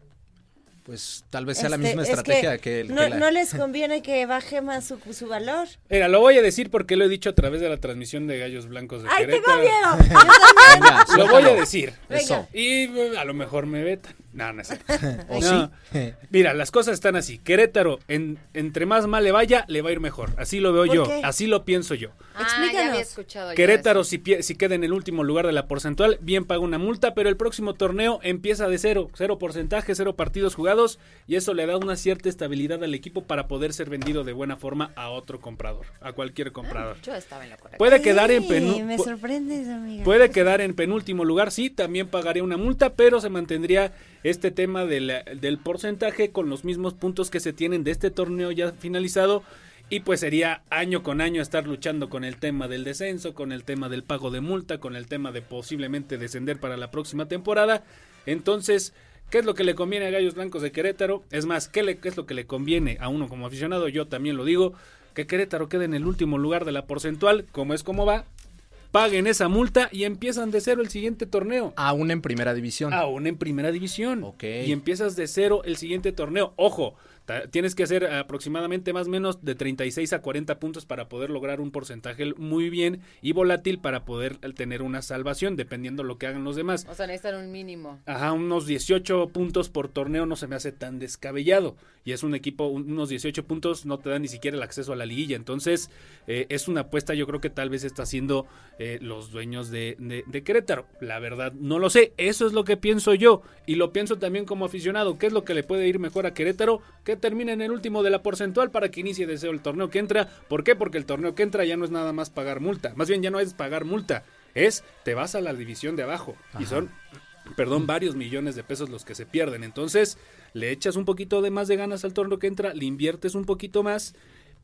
Pues tal vez sea la misma Es estrategia que no les conviene que baje más su valor. Mira, lo voy a decir porque lo he dicho a través de la transmisión de Gallos Blancos de ¡Ay, Querétaro. tengo miedo! Venga, Lo voy suéltalo. a decir. Eso. Y a lo mejor me vetan. No, no es cierto. ¿O No. sí? Mira, las cosas están así. Querétaro, entre más mal le vaya, le va a ir mejor. Así lo veo ¿Por yo. qué? Así lo pienso yo. Ya Explícanos. había escuchado yo Querétaro, eso. si queda en el último lugar de la porcentual, bien paga una multa, pero el próximo torneo empieza de cero porcentaje, 0 partidos jugados, y eso le da una cierta estabilidad al equipo para poder ser vendido de buena forma a otro comprador, a cualquier comprador. Yo estaba en lo correcto. Puede quedar en Me sorprendes, amiga. Puede quedar en penúltimo lugar, sí, también pagaría una multa, pero se mantendría este tema del porcentaje con los mismos puntos que se tienen de este torneo ya finalizado, y pues sería año con año estar luchando con el tema del descenso, con el tema del pago de multa, con el tema de posiblemente descender para la próxima temporada. Entonces, ¿qué es lo que le conviene a Gallos Blancos de Querétaro? Es más, ¿qué es lo que le conviene a uno como aficionado? Yo también lo digo, que Querétaro quede en el último lugar de la porcentual, como es como va, paguen esa multa y empiezan de cero el siguiente torneo. Aún en primera división. Aún en primera división. Ok. Y empiezas de cero el siguiente torneo. Ojo, tienes que hacer aproximadamente más o menos de 36 a 40 puntos para poder lograr un porcentaje muy bien y volátil para poder tener una salvación, dependiendo lo que hagan los demás. O sea, necesitan un mínimo. Ajá, unos 18 puntos por torneo no se me hace tan descabellado. Y es un equipo, unos 18 puntos no te dan ni siquiera el acceso a la liguilla. Entonces, es una apuesta, yo creo que tal vez está haciendo los dueños de Querétaro. La verdad, no lo sé. Eso es lo que pienso yo. Y lo pienso también como aficionado. ¿Qué es lo que le puede ir mejor a Querétaro? Que termine en el último de la porcentual para que inicie de cero el torneo que entra. ¿Por qué? Porque el torneo que entra ya no es nada más pagar multa. Más bien ya no es pagar multa. Te vas a la división de abajo. Ajá. Y son... varios millones de pesos los que se pierden. Entonces, le echas un poquito de más de ganas al torneo que entra, le inviertes un poquito más,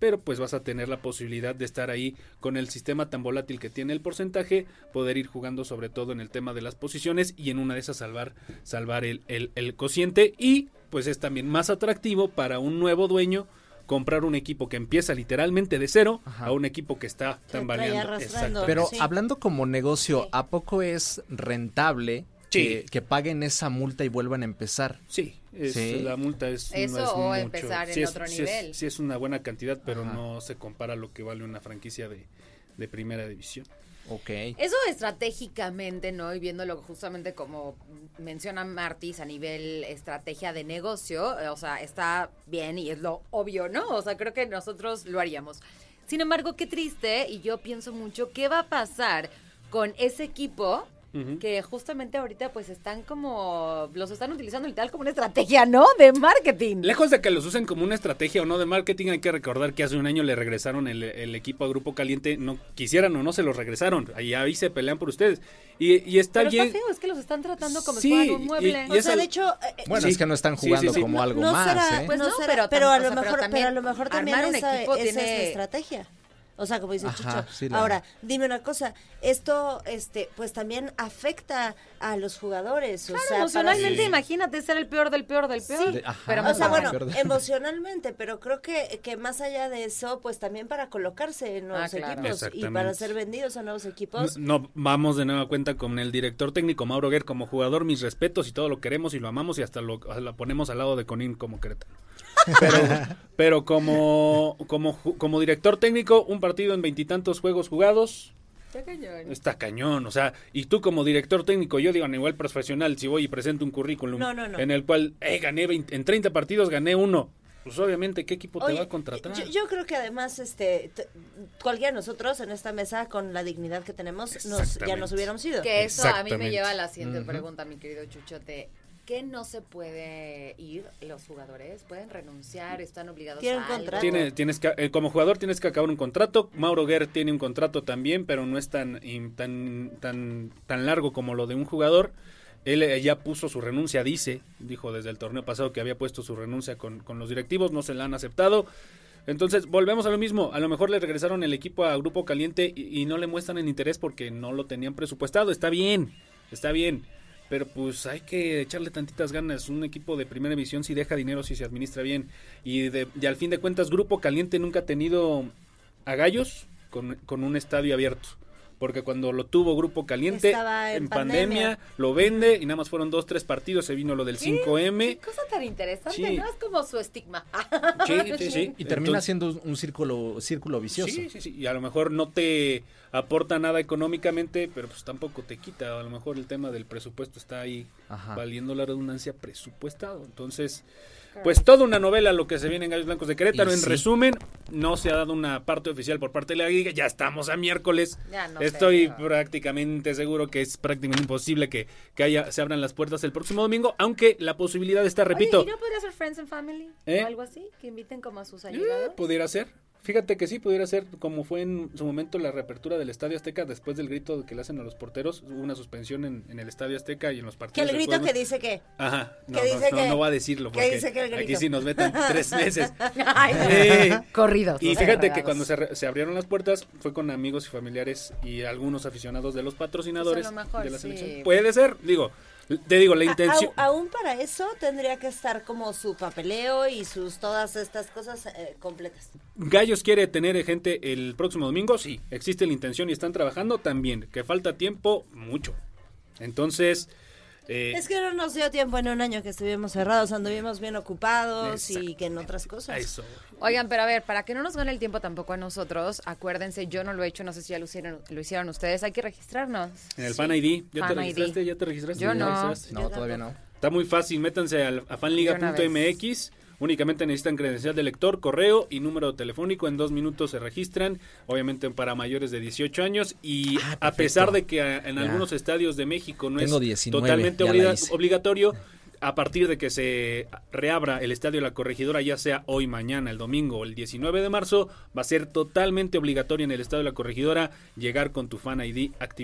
pero pues vas a tener la posibilidad de estar ahí con el sistema tan volátil que tiene el porcentaje, poder ir jugando sobre todo en el tema de las posiciones y en una de esas salvar el cociente, y pues es también más atractivo para un nuevo dueño comprar un equipo que empieza literalmente de cero a un equipo que está tambaleando. Pero hablando como negocio, ¿a poco es rentable que paguen esa multa y vuelvan a empezar? Sí, la multa es eso no es o mucho. empezar en otro nivel. Sí es una buena cantidad, pero no se compara a lo que vale una franquicia de primera división. Okay. Eso estratégicamente, ¿no? Y viéndolo justamente como menciona Martis a nivel estrategia de negocio, o sea, está bien y es lo obvio, ¿no? O sea, creo que nosotros lo haríamos. Sin embargo, qué triste, y yo pienso mucho, ¿qué va a pasar con ese equipo que justamente ahorita pues están como, los están utilizando literal como una estrategia, ¿no? De marketing. Lejos de que los usen como una estrategia o no de marketing, hay que recordar que hace un año le regresaron el equipo a Grupo Caliente, no quisieran o no se los regresaron, ahí se pelean por ustedes. Y está pero bien. Está feo, es que los están tratando como si fueran un mueble. O sea, de hecho... bueno, es que no están jugando como algo no más, será, ¿eh? Pues no será, pero a lo mejor también armar un equipo esa tiene... es la estrategia. O sea, como dice Chucho. Sí, Ahora, dime una cosa, esto pues también afecta a los jugadores. Claro, o sea, emocionalmente, imagínate ser el peor del peor del peor. Sí, pero o sea, bueno, emocionalmente, pero creo que más allá de eso, pues también para colocarse en nuevos equipos y para ser vendidos a nuevos equipos. No, vamos de nueva cuenta con el director técnico Mauro Guerra como jugador, mis respetos y todo lo queremos y lo amamos y hasta lo ponemos al lado de Conín como Querétaro. Pero como director técnico, un partido en 20 y tantos juegos jugados está cañón, o sea, y tú como director técnico, yo digo a nivel profesional, si voy y presento un currículum en el cual gané en 30 partidos gané uno, pues obviamente ¿qué equipo te va a contratar? Yo creo que además cualquiera de nosotros en esta mesa con la dignidad que tenemos ya nos hubiéramos ido. Que eso a mí me lleva a la siguiente pregunta, mi querido Chuchote. ¿Qué no se puede ir los jugadores? ¿Pueden renunciar? ¿Están obligados a algo? Tienes que, como jugador tienes que acabar un contrato. Mauro Guerra tiene un contrato también, pero no es tan largo como lo de un jugador. Él ya puso su renuncia, dijo desde el torneo pasado que había puesto su renuncia con los directivos, no se la han aceptado. Entonces, volvemos a lo mismo. A lo mejor le regresaron el equipo a Grupo Caliente y no le muestran el interés porque no lo tenían presupuestado. Está bien. Pero pues hay que echarle tantitas ganas. Un equipo de primera división si deja dinero, si se administra bien. Y al fin de cuentas, Grupo Caliente nunca ha tenido agallos con un estadio abierto. Porque cuando lo tuvo Grupo Caliente, estaba en pandemia, lo vende y nada más fueron 2-3 partidos, se vino lo del 5M. Qué cosa tan interesante, ¿no? Es como su estigma. Sí. Y termina siendo un círculo vicioso. Sí. Y a lo mejor no te aporta nada económicamente, pero pues tampoco te quita. A lo mejor el tema del presupuesto está ahí, valiendo la redundancia, presupuestado. Entonces, pues toda una novela lo que se viene en Gallos Blancos de Querétaro. En resumen, no se ha dado una parte oficial por parte de la liga. Ya estamos a miércoles. Estoy prácticamente seguro que es prácticamente imposible que se abran las puertas el próximo domingo, aunque la posibilidad está, repito. Oye, ¿y no podría ser Friends and Family? ¿O algo así? Que inviten como a sus allegados. Pudiera ser. Fíjate que sí, pudiera ser como fue en su momento la reapertura del Estadio Azteca después del grito que le hacen a los porteros. Hubo una suspensión en el Estadio Azteca y en los partidos. ¿Que el grito que dice qué? Ajá, no va a decirlo porque dice que el grito? Aquí sí nos metan 3 meses. Corridos. Y fíjate que cuando se abrieron las puertas fue con amigos y familiares y algunos aficionados de los patrocinadores de la selección. Puede ser, te digo, la intención. Aún para eso tendría que estar como su papeleo y todas estas cosas completas. Gallos quiere tener gente el próximo domingo, sí. Existe la intención y están trabajando también. Que falta tiempo, mucho. Entonces. Es que no nos dio tiempo en un año que estuvimos cerrados, anduvimos bien ocupados y que en otras cosas. Eso. Oigan, pero a ver, para que no nos gane el tiempo tampoco a nosotros, acuérdense, yo no lo he hecho, no sé si ya lo hicieron ustedes, hay que registrarnos. En el Fan ID. ¿Ya te registraste? Yo no. No, todavía no. Está muy fácil, métanse a fanliga.mx. Únicamente necesitan credencial de lector, correo y número telefónico. En 2 minutos se registran, obviamente para mayores de 18 años. Y a pesar de que en algunos estadios de México no Tengo es 19, totalmente obligatorio, a partir de que se reabra el Estadio La Corregidora, ya sea hoy, mañana, el domingo o el 19 de marzo, va a ser totalmente obligatorio en el Estadio La Corregidora llegar con tu Fan ID activado.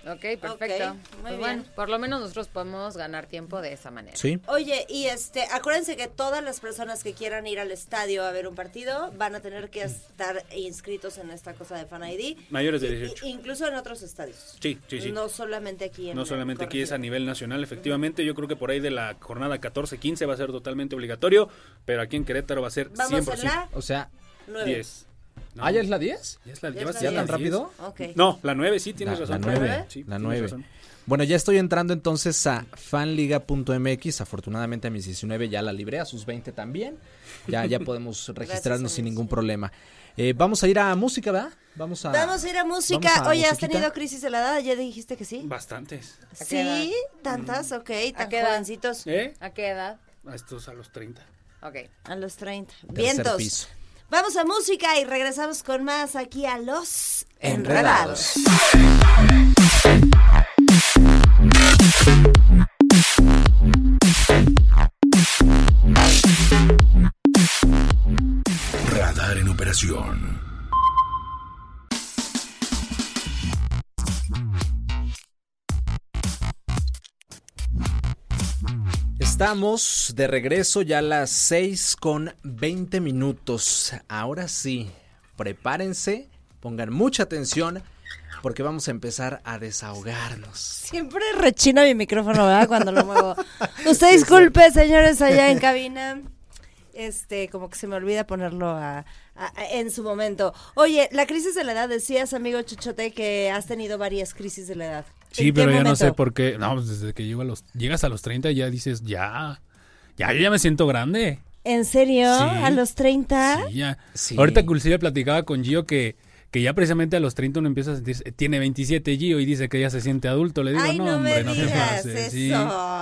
Ok, perfecto. Ok, muy Pues bien. bueno, por lo menos nosotros podemos ganar tiempo de esa manera. Sí. Oye, y acuérdense que todas las personas que quieran ir al estadio a ver un partido van a tener que estar inscritos en esta cosa de Fan ID. Mayores de 18. Incluso en otros estadios. Sí. No solamente aquí No solamente aquí, es a nivel nacional, efectivamente. Yo creo que por ahí de la jornada 14-15 va a ser totalmente obligatorio, pero aquí en Querétaro va a ser 100%. Vamos a la O sea, 9. 10. No, ¿ah, ya es la 10? ya es la, ¿Ya llevas es la ya tan 10? rápido. Ok. No, la 9 sí, tienes La razón. 9. Sí, La tienes 9. razón. Bueno, ya estoy entrando entonces a fanliga.mx. Afortunadamente a mis 19 ya la libré, a sus 20 también. Ya podemos registrarnos sin ningún problema. Vamos a ir a música, ¿verdad? Vamos a ir a música. vamos a Oye, ¿has musiquita. tenido crisis de la edad? Ya dijiste que sí. Bastantes. ¿A qué edad? Sí, tantas, ok, tan qué edad? jovencitos. ¿A qué edad? A estos a los 30. Ok. A los 30. Tercer Vientos. piso. Vamos a música y regresamos con más aquí a Los Enredados. Enredados. Radar en operación. Estamos de regreso ya a las 6:20. Ahora sí, prepárense, pongan mucha atención porque vamos a empezar a desahogarnos. Siempre rechina mi micrófono, ¿verdad? Cuando lo muevo. Usted disculpe, señores, allá en cabina. Como que se me olvida ponerlo en su momento. Oye, la crisis de la edad, decías, amigo Chuchote, que has tenido varias crisis de la edad. Sí, ¿En qué pero ya no momento? sé por qué. No, pues desde que llegas a los 30 ya dices, yo ya me siento grande. ¿En serio? Sí. ¿A los 30? Sí, ya. Sí. Ahorita Culcilla platicaba con Gio que ya precisamente a los 30 uno empieza a sentir, tiene 27 Gio y dice que ya se siente adulto. Le digo, Ay, no me hombre, no te digas pases. eso. Sí.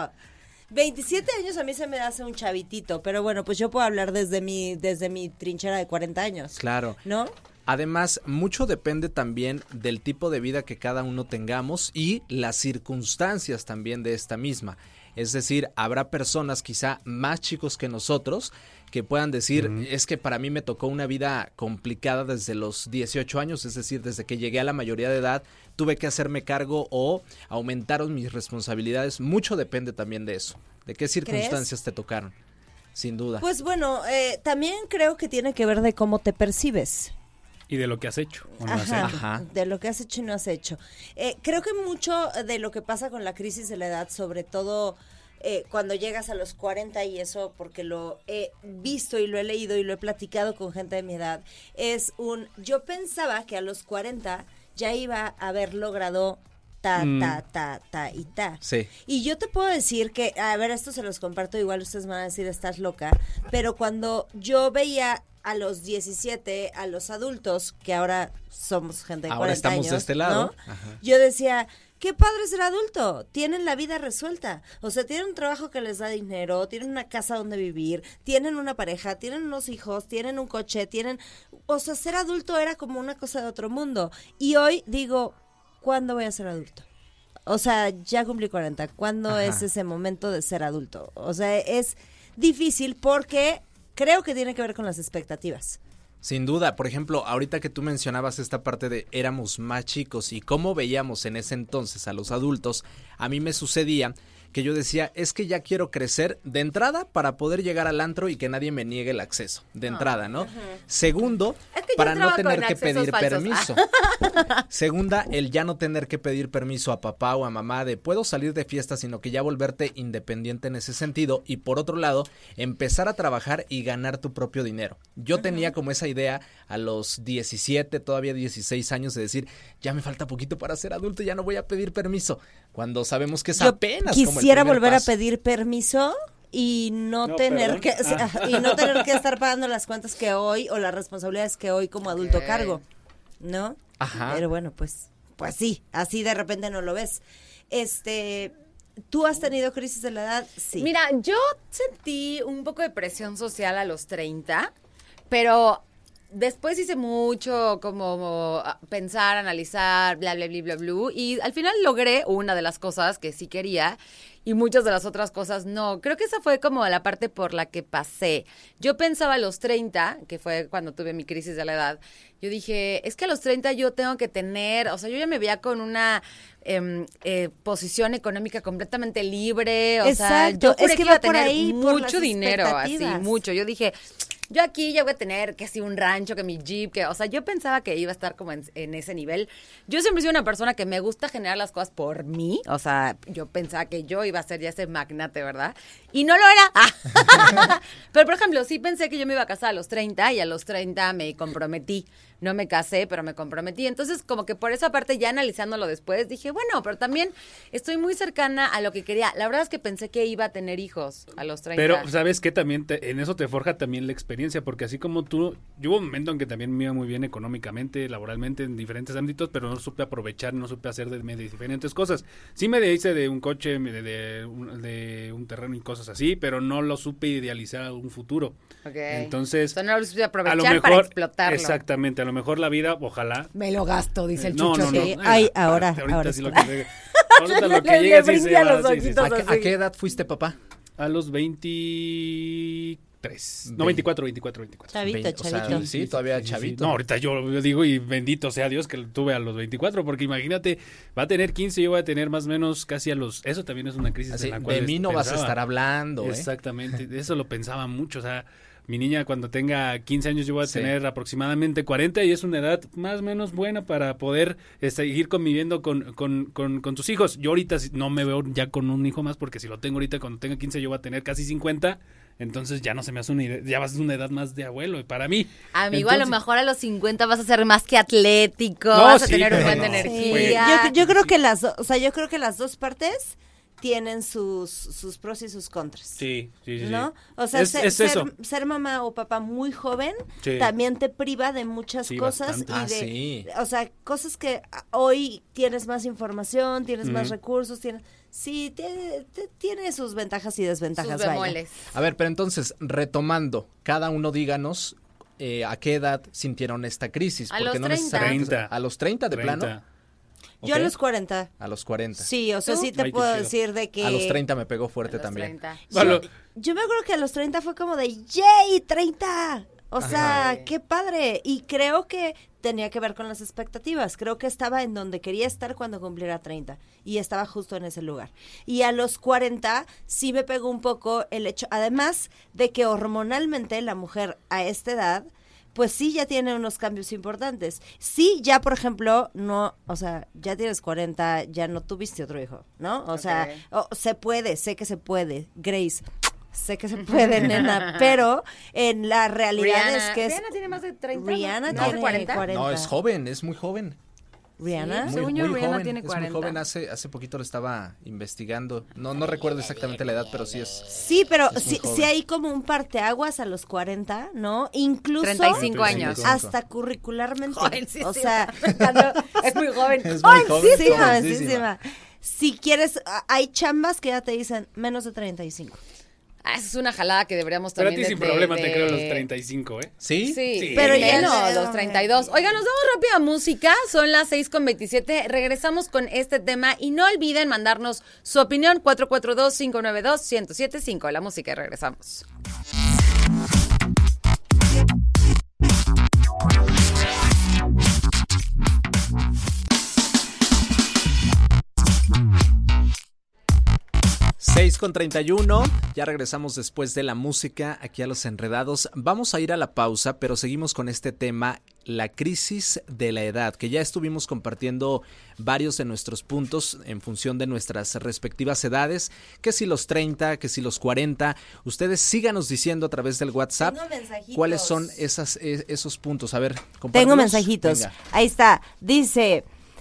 27 años a mí se me hace un chavitito, pero bueno, pues yo puedo hablar desde mi trinchera de 40 años. Claro. ¿No? Además, mucho depende también del tipo de vida que cada uno tengamos y las circunstancias también de esta misma. Es decir, habrá personas quizá más chicos que nosotros que puedan decir, es que para mí me tocó una vida complicada desde los 18 años, es decir, desde que llegué a la mayoría de edad, tuve que hacerme cargo o aumentaron mis responsabilidades. Mucho depende también de eso, de qué circunstancias te tocaron, sin duda. Pues bueno, también creo que tiene que ver de cómo te percibes. Y de lo que has hecho o no has Ajá, hecho. Ajá. de lo que has hecho y no has hecho. Creo que mucho de lo que pasa con la crisis de la edad, sobre todo cuando llegas a los 40 y eso, porque lo he visto y lo he leído y lo he platicado con gente de mi edad, yo pensaba que a los 40 ya iba a haber logrado ta. Sí. Y yo te puedo decir que, a ver, esto se los comparto, igual ustedes me van a decir, estás loca, pero cuando yo veía a los 17, a los adultos, que ahora somos gente de Ahora 40 estamos años, de este lado. ¿no? Ajá. Yo decía, qué padre ser adulto, tienen la vida resuelta, o sea, tienen un trabajo que les da dinero, tienen una casa donde vivir, tienen una pareja, tienen unos hijos, tienen un coche, o sea, ser adulto era como una cosa de otro mundo, y hoy digo, ¿cuándo voy a ser adulto? O sea, ya cumplí 40, ¿cuándo Ajá. es ese momento de ser adulto? O sea, es difícil porque creo que tiene que ver con las expectativas. Sin duda, por ejemplo, ahorita que tú mencionabas esta parte de éramos más chicos y cómo veíamos en ese entonces a los adultos, a mí me sucedía que yo decía, es que ya quiero crecer de entrada para poder llegar al antro y que nadie me niegue el acceso, de entrada, ¿no? Segundo, Es que yo para no trabajo tener en que accesos pedir falsos. permiso. Segunda, el ya no tener que pedir permiso a papá o a mamá de puedo salir de fiesta, sino que ya volverte independiente en ese sentido. Y por otro lado, empezar a trabajar y ganar tu propio dinero. Yo tenía como esa idea a los 17, todavía 16 años de decir, ya me falta poquito para ser adulto, ya no voy a pedir permiso. Cuando sabemos que es Yo apenas como el quisiera primer volver paso. a pedir permiso y no tener que estar pagando las cuentas que hoy o las responsabilidades que hoy como adulto Ok. cargo, ¿no? Ajá. Pero bueno, pues sí, así de repente no lo ves. ¿Tú has tenido crisis de la edad? Sí. Mira, yo sentí un poco de presión social a los 30, pero después hice mucho como pensar, analizar, bla, bla, bla, bla, bla, y al final logré una de las cosas que sí quería y muchas de las otras cosas no. Creo que esa fue como la parte por la que pasé. Yo pensaba a los 30, que fue cuando tuve mi crisis de la edad, yo dije, es que a los 30 yo tengo que tener, o sea, yo ya me veía con una posición económica completamente libre, o sea, yo juré que iba a tener mucho dinero, así, mucho. Yo dije, yo aquí ya voy a tener que si un rancho, que mi jeep, que, o sea, yo pensaba que iba a estar como en ese nivel. Yo siempre he sido una persona que me gusta generar las cosas por mí, o sea, yo pensaba que yo iba a ser ya ese magnate, ¿verdad? Y no lo era. Pero, por ejemplo, sí pensé que yo me iba a casar a los 30 y a los 30 me comprometí. No me casé, pero me comprometí. Entonces, como que por esa parte, ya analizándolo después, dije, bueno, pero también estoy muy cercana a lo que quería. La verdad es que pensé que iba a tener hijos a los 30. Pero, ¿sabes qué? También en eso te forja también la experiencia, porque así como tú, yo hubo un momento en que también me iba muy bien económicamente, laboralmente, en diferentes ámbitos, pero no supe aprovechar, no supe hacer de diferentes cosas. Sí me hice de un coche, de un terreno y cosas así, pero no lo supe idealizar a un futuro. Okay. Entonces, no lo supe aprovechar mejor, para explotarlo. Exactamente, a lo mejor la vida, ojalá. Me lo gasto, dice el No, Chucho. no, Sí. no. Ay, ahora Sí lo que ahorita lo que Le llega sí se brilla va. los ojitos. ¿A qué edad fuiste papá? A los 23. No, 24. Chavito. O sea, sí, todavía chavito. No, ahorita yo digo, y bendito sea Dios que lo tuve a los 24, porque imagínate, va a tener 15, yo voy a tener más o menos casi a los... Eso también es una crisis Así, en la cual de mí no pensaba. vas a estar hablando, Exactamente, de eso lo pensaba mucho, o sea, mi niña cuando tenga 15 años yo voy a tener aproximadamente 40 y es una edad más o menos buena para poder seguir conviviendo con tus hijos. Yo ahorita no me veo ya con un hijo más porque si lo tengo ahorita cuando tenga 15 yo voy a tener casi 50, entonces ya no se me hace una idea, ya vas a una edad más de abuelo y para mí. Amigo, entonces, a lo mejor a los 50 vas a ser más que atlético, vas a tener un buen de energía. Yo creo que yo creo que las dos partes tienen sus pros y sus contras. Sí. ¿No? O sea, eso. ser mamá o papá muy joven Sí. también te priva de muchas cosas bastante. y o sea, cosas que hoy tienes más información, tienes más recursos, tiene sus ventajas y desventajas. Sus bemoles. A ver, pero entonces, retomando, cada uno díganos a qué edad sintieron esta crisis. A porque los no 30. necesariamente... ¿A los 30 de 30. plano? Yo a Ok. los 40. A los 40. Sí, o sea, ¿Tú? sí te Ay, qué puedo chido. decir de que... A los 30 me pegó fuerte A los también. 30. Yo me acuerdo que a los 30 fue como de ¡yay! ¡30! O sea, Ajá. qué padre. Y creo que tenía que ver con las expectativas. Creo que estaba en donde quería estar cuando cumpliera 30. Y estaba justo en ese lugar. Y a los 40 sí me pegó un poco el hecho, además de que hormonalmente la mujer a esta edad, pues sí ya tiene unos cambios importantes. Sí, ya por ejemplo, no, o sea, ya tienes 40, ya no tuviste otro hijo, ¿no? O sea, se puede, sé que se puede, Grace, sé que se puede, nena, pero en la realidad es que es... Rihanna tiene más de 30. Rihanna ¿no? tiene 40. No, es joven, es muy joven. Rihanna. Sí, según yo, Rihanna joven, tiene es 40. muy joven, hace poquito lo estaba investigando. No recuerdo exactamente la edad, pero sí es. Sí, pero Es muy sí joven. hay como un parteaguas a los 40, ¿no? Incluso 35 años. hasta curricularmente. Jovencísima. O sea, es muy joven. Es muy joven, sí, jovencísima. Si quieres, hay chambas que ya te dicen menos de 35. Ah, esa es una jalada que deberíamos Pero a también ti sin problema te creo los 35, ¿eh? ¿Sí? Sí, pero pero ya menos, no. los 32. Oigan, nos damos rápida música, son las 6:27, regresamos con este tema y no olviden mandarnos su opinión, 442-592-1075, la música y regresamos. Con 31, ya regresamos después de la música aquí a Los Enredados. Vamos a ir a la pausa, pero seguimos con este tema, la crisis de la edad, que ya estuvimos compartiendo varios de nuestros puntos en función de nuestras respectivas edades, que si los 30, que si los 40. Ustedes síganos diciendo a través del WhatsApp cuáles son esos puntos. A ver, compártelos. Tengo mensajitos. Venga. Ahí está. Dice...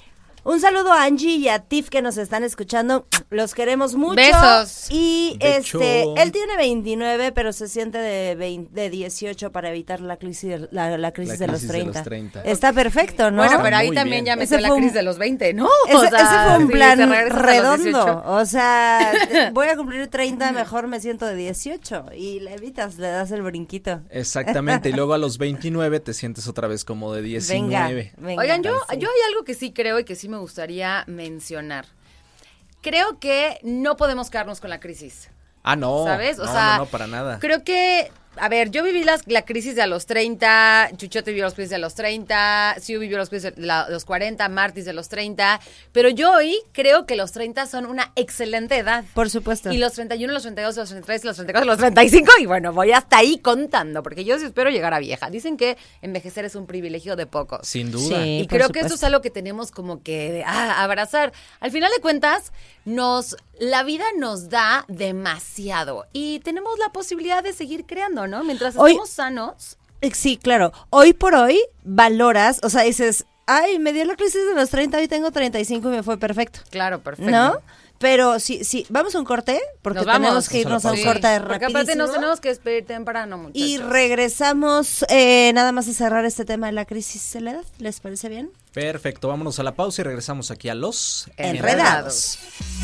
Un saludo a Angie y a Tiff que nos están escuchando. Los queremos mucho. Besos. Y Becho. él tiene 29, pero se siente de 18 para evitar la crisis de los 30. Está perfecto, ¿no? Bueno, pero ahí Muy también bien. ya metió la crisis de los 20, ¿no? Ese fue un sí, plan te regresas a los redondo. 18. O sea, voy a cumplir 30, mejor me siento de 18. Y le evitas, le das el brinquito. Exactamente, y luego a los 29 te sientes otra vez como de 19. Venga. Oigan, yo Sí. hay algo que sí creo y que sí me gustaría mencionar. Creo que no podemos quedarnos con la crisis. Ah, no. ¿Sabes? O no, sea, no, para nada. Creo que, a ver, yo viví la crisis de a los 30, Chuchote vivió la crisis de los 30, Siu vivió la crisis de los 40, Martis de los 30, pero yo hoy creo que los 30 son una excelente edad. Por supuesto. Y los 31, los 32, los 33, los 34, los 35, y bueno, voy hasta ahí contando, porque yo sí espero llegar a vieja. Dicen que envejecer es un privilegio de pocos. Sin duda. Sí. Y por creo que supuesto. esto es algo que tenemos como que abrazar. Al final de cuentas, la vida nos da demasiado y tenemos la posibilidad de seguir creando, ¿no? Mientras Hoy- estemos sanos. Sí, claro. Hoy por hoy valoras, o sea, dices, ay, me dio la crisis de los 30, hoy tengo 35 y me fue perfecto. Claro, perfecto. ¿No? Pero sí, vamos a un corte, porque Nos vamos. tenemos que irnos a un Sí, corte Porque rapidísimo. aparte nos tenemos que despedir temprano, muchachos. Y regresamos nada más a cerrar este tema de la crisis de la edad. ¿Les parece bien? Perfecto, vámonos a la pausa y regresamos aquí a Los Enredados.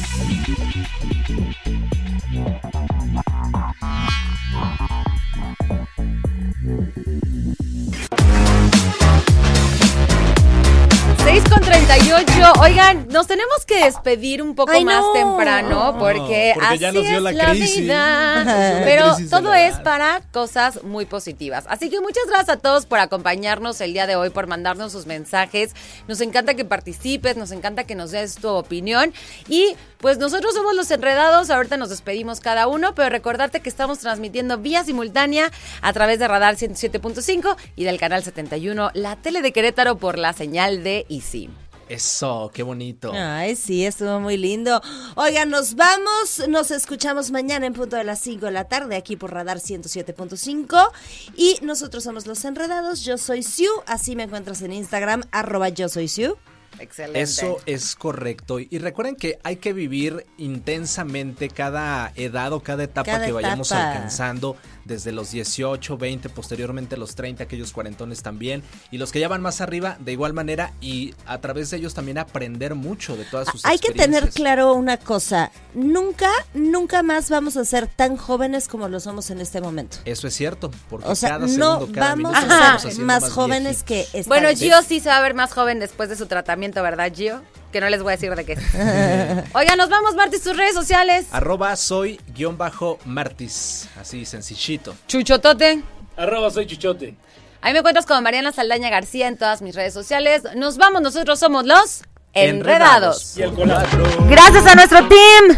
con 38. Oigan, nos tenemos que despedir un poco Ay, más no. temprano porque Porque ya así nos dio es la la crisis. vida. Nos dio la Pero crisis de todo la es edad. para cosas muy positivas. Así que muchas gracias a todos por acompañarnos el día de hoy, por mandarnos sus mensajes. Nos encanta que participes, nos encanta que nos des tu opinión. Y pues nosotros somos Los Enredados. Ahorita nos despedimos cada uno, pero recordarte que estamos transmitiendo vía simultánea a través de Radar 107.5 y del canal 71, la tele de Querétaro, por la señal de Easy. Eso, qué bonito. Ay, sí, estuvo muy lindo. Oigan, nos vamos, nos escuchamos mañana en punto de las 5 de la tarde aquí por Radar 107.5 y nosotros somos Los Enredados. Yo soy Siu, así me encuentras en Instagram, @yo soy Siu. Excelente. Eso es correcto. Y recuerden que hay que vivir intensamente cada edad o cada etapa Cada que vayamos etapa. alcanzando, desde los 18, 20, posteriormente los 30, aquellos cuarentones también, y los que ya van más arriba de igual manera, y a través de ellos también aprender mucho de todas sus Hay que experiencias. tener claro una cosa, nunca más vamos a ser tan jóvenes como lo somos en este momento. Eso es cierto, porque O sea, cada no segundo, cada vamos minuto nos a vamos ser haciendo más jóvenes viejitos. que esta Bueno, vez. Gio sí se va a ver más joven después de su tratamiento, ¿verdad, Gio? Que no les voy a decir de qué. Oigan, nos vamos, Martis, tus redes sociales. @soy_Martis, así sencillito. Chuchotote. @soy Chuchote. Ahí me encuentras como Mariana Saldaña García en todas mis redes sociales. Nos vamos, nosotros somos Los Enredados. Y el colapso. Gracias a nuestro team.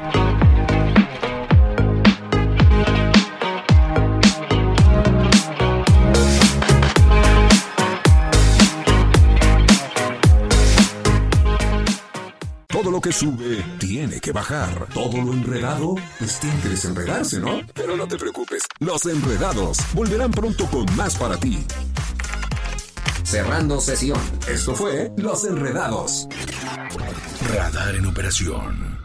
Todo lo que sube tiene que bajar. Todo lo enredado, pues tiene que desenredarse, ¿no? Pero no te preocupes, Los Enredados volverán pronto con más para ti. Cerrando sesión. Esto fue Los Enredados. Radar en operación.